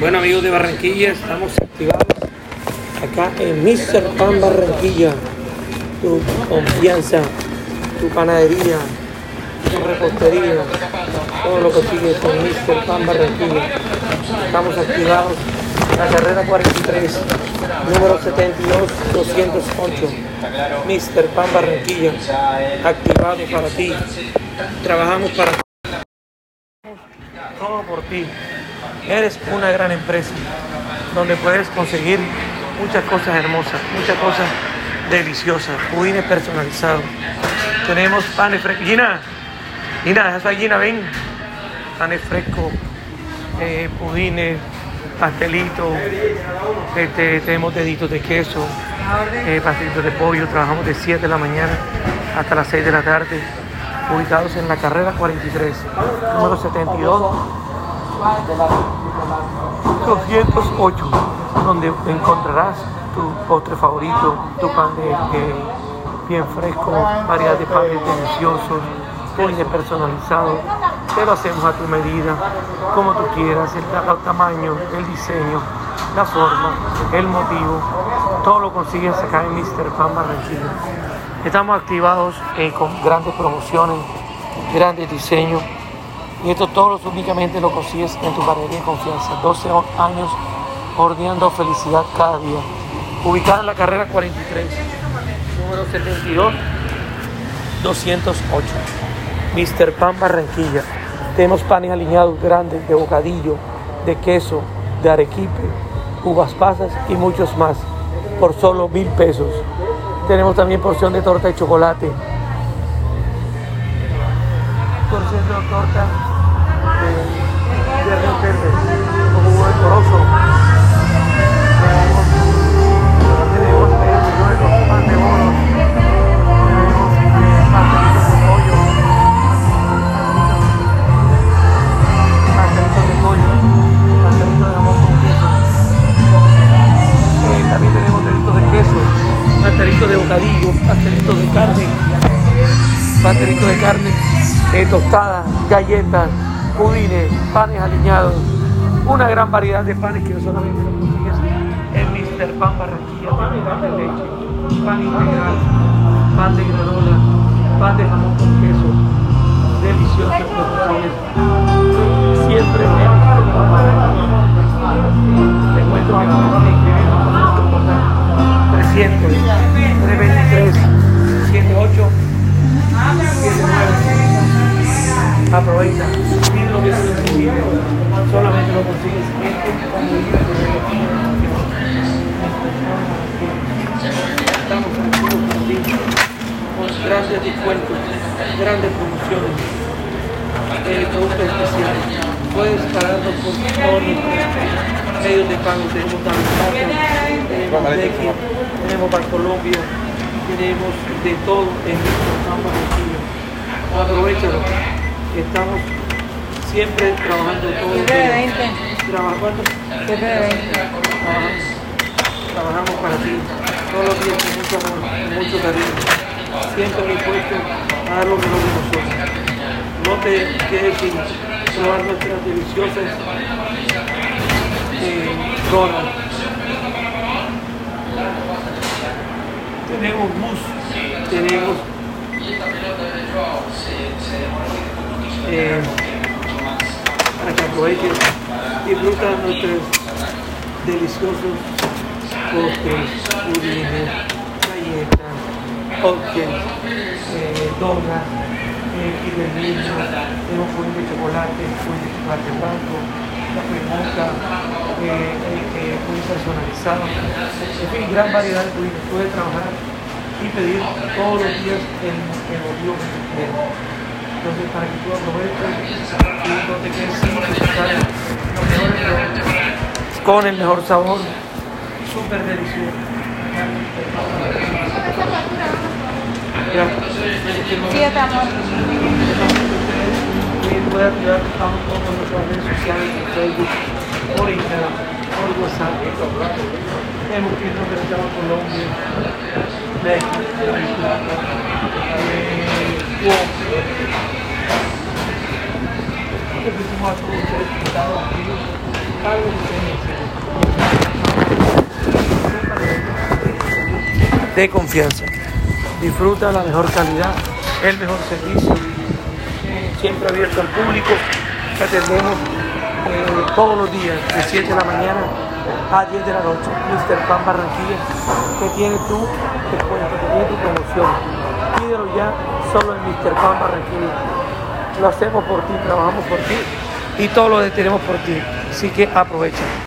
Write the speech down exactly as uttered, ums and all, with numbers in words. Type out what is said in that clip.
Bueno, amigos de Barranquilla, estamos activados acá en míster Pan Barranquilla. Tu confianza, tu panadería, tu repostería, todo lo que sigue con míster Pan Barranquilla. Estamos activados en la carrera cuarenta y tres, número setenta y dos, doscientos ocho. míster Pan Barranquilla, activado para ti. Trabajamos para ti. Todo por ti. Eres una gran empresa donde puedes conseguir muchas cosas hermosas, muchas cosas deliciosas, pudines personalizados. Tenemos panes frescos. Gina, Gina, esa Gina, ven. Panes frescos, eh, pudines, pastelitos, este, tenemos deditos de queso, eh, pastelitos de pollo. Trabajamos de siete de la mañana hasta las seis de la tarde, ubicados en la carrera cuarenta y tres, número setenta y dos, doscientos ocho, donde encontrarás tu postre favorito, tu pan de, eh, bien fresco, variedad de panes deliciosos, pudines personalizados. Te lo hacemos a tu medida, como tú quieras, el, el tamaño, el diseño, la forma, el motivo, todo lo consigues acá en míster Pan Barranquilla. Estamos activados eh, con grandes promociones, grandes diseños, y esto todo lo, únicamente lo consigues en tu panadería de confianza. doce años horneando felicidad cada día. Ubicada en la carrera cuarenta y tres, número setenta y dos, doscientos ocho. míster Pan Barranquilla. Tenemos panes aliñados grandes de bocadillo, de queso, de arequipe, uvas pasas y muchos más por solo mil pesos. Tenemos también porción de torta de chocolate, porción de torta de, de arroz verde con jugo de corozo. Tenemos, tenemos eh, pan de bonos, tenemos eh, pastelitos de pollo, pastelitos de pollo, pastelitos de jamón con queso. Eh, también tenemos pastelitos de queso, pastelitos de bocadillo, pastelitos de carne, pastelitos de carne, eh, tostadas, galletas, pudines, panes aliñados, una gran variedad de panes que no solamente lo consigues en míster Pan Barranquilla. Tenemos pan de leche, pan integral, pan de granola, pan de jamón con queso, deliciosas producciones, siempre en míster Pan Barranquilla. Te cuento que podemos inscribirnos con nuestro portal trescientos, trescientos veintitrés, setenta y ocho, setenta y nueve. Aprovecha, pide lo que tú necesites, solamente lo consigues en tu panadería. Estamos activos por ti, con grandes descuentos, grandes promociones, eh, productos especiales. Puedes pararnos por todos los medios de pago. Tenemos Daviplata, tenemos Dekia, tenemos Bancolombia, tenemos de todo en nuestro campo de. Aprovechalo. Estamos siempre trabajando todo el día. Trabajando. Trabajamos, trabajamos para ti todos los días con mucho amor, con mucho cariño. Siempre dispuesto a dar lo mejor de nosotros. No te quedes sin probar nuestras deliciosas eh, donas. Tenemos mousse, tenemos Eh, para que aproveches, disfruta nuestros deliciosos postres, pudines, galletas, cupcakes, eh, donas, eh, de niños. Tenemos pudín de chocolate, pudín de chocolate blanco, café mocha, eh, eh, eh, pudín personalizado, en fin, gran variedad de pudines. Puedes trabajar y pedir todos los días el, el motivo que tú quieras. Entonces, para que tú aproveches y no te quedes sin disfrutar los mejores productos con el mejor sabor, súper delicioso. Ya, sí, está amor. Puede activar, estamos todos en nuestras redes sociales, en Facebook, por Instagram, por WhatsApp. Tenemos que irnos de Colombia, México, que pusimos a todos ustedes pintados aquí, Carlos de confianza. Disfruta la mejor calidad, el mejor servicio, siempre abierto al público, que atendemos eh, todos los días de siete de la mañana a diez de la noche. mister Pan Barranquilla, que tiene tu descuento, que tiene tu promoción. Pídelo ya solo en mister Pan Barranquilla. Lo hacemos por ti, trabajamos por ti y todo lo detenemos por ti. Así que aprovecha.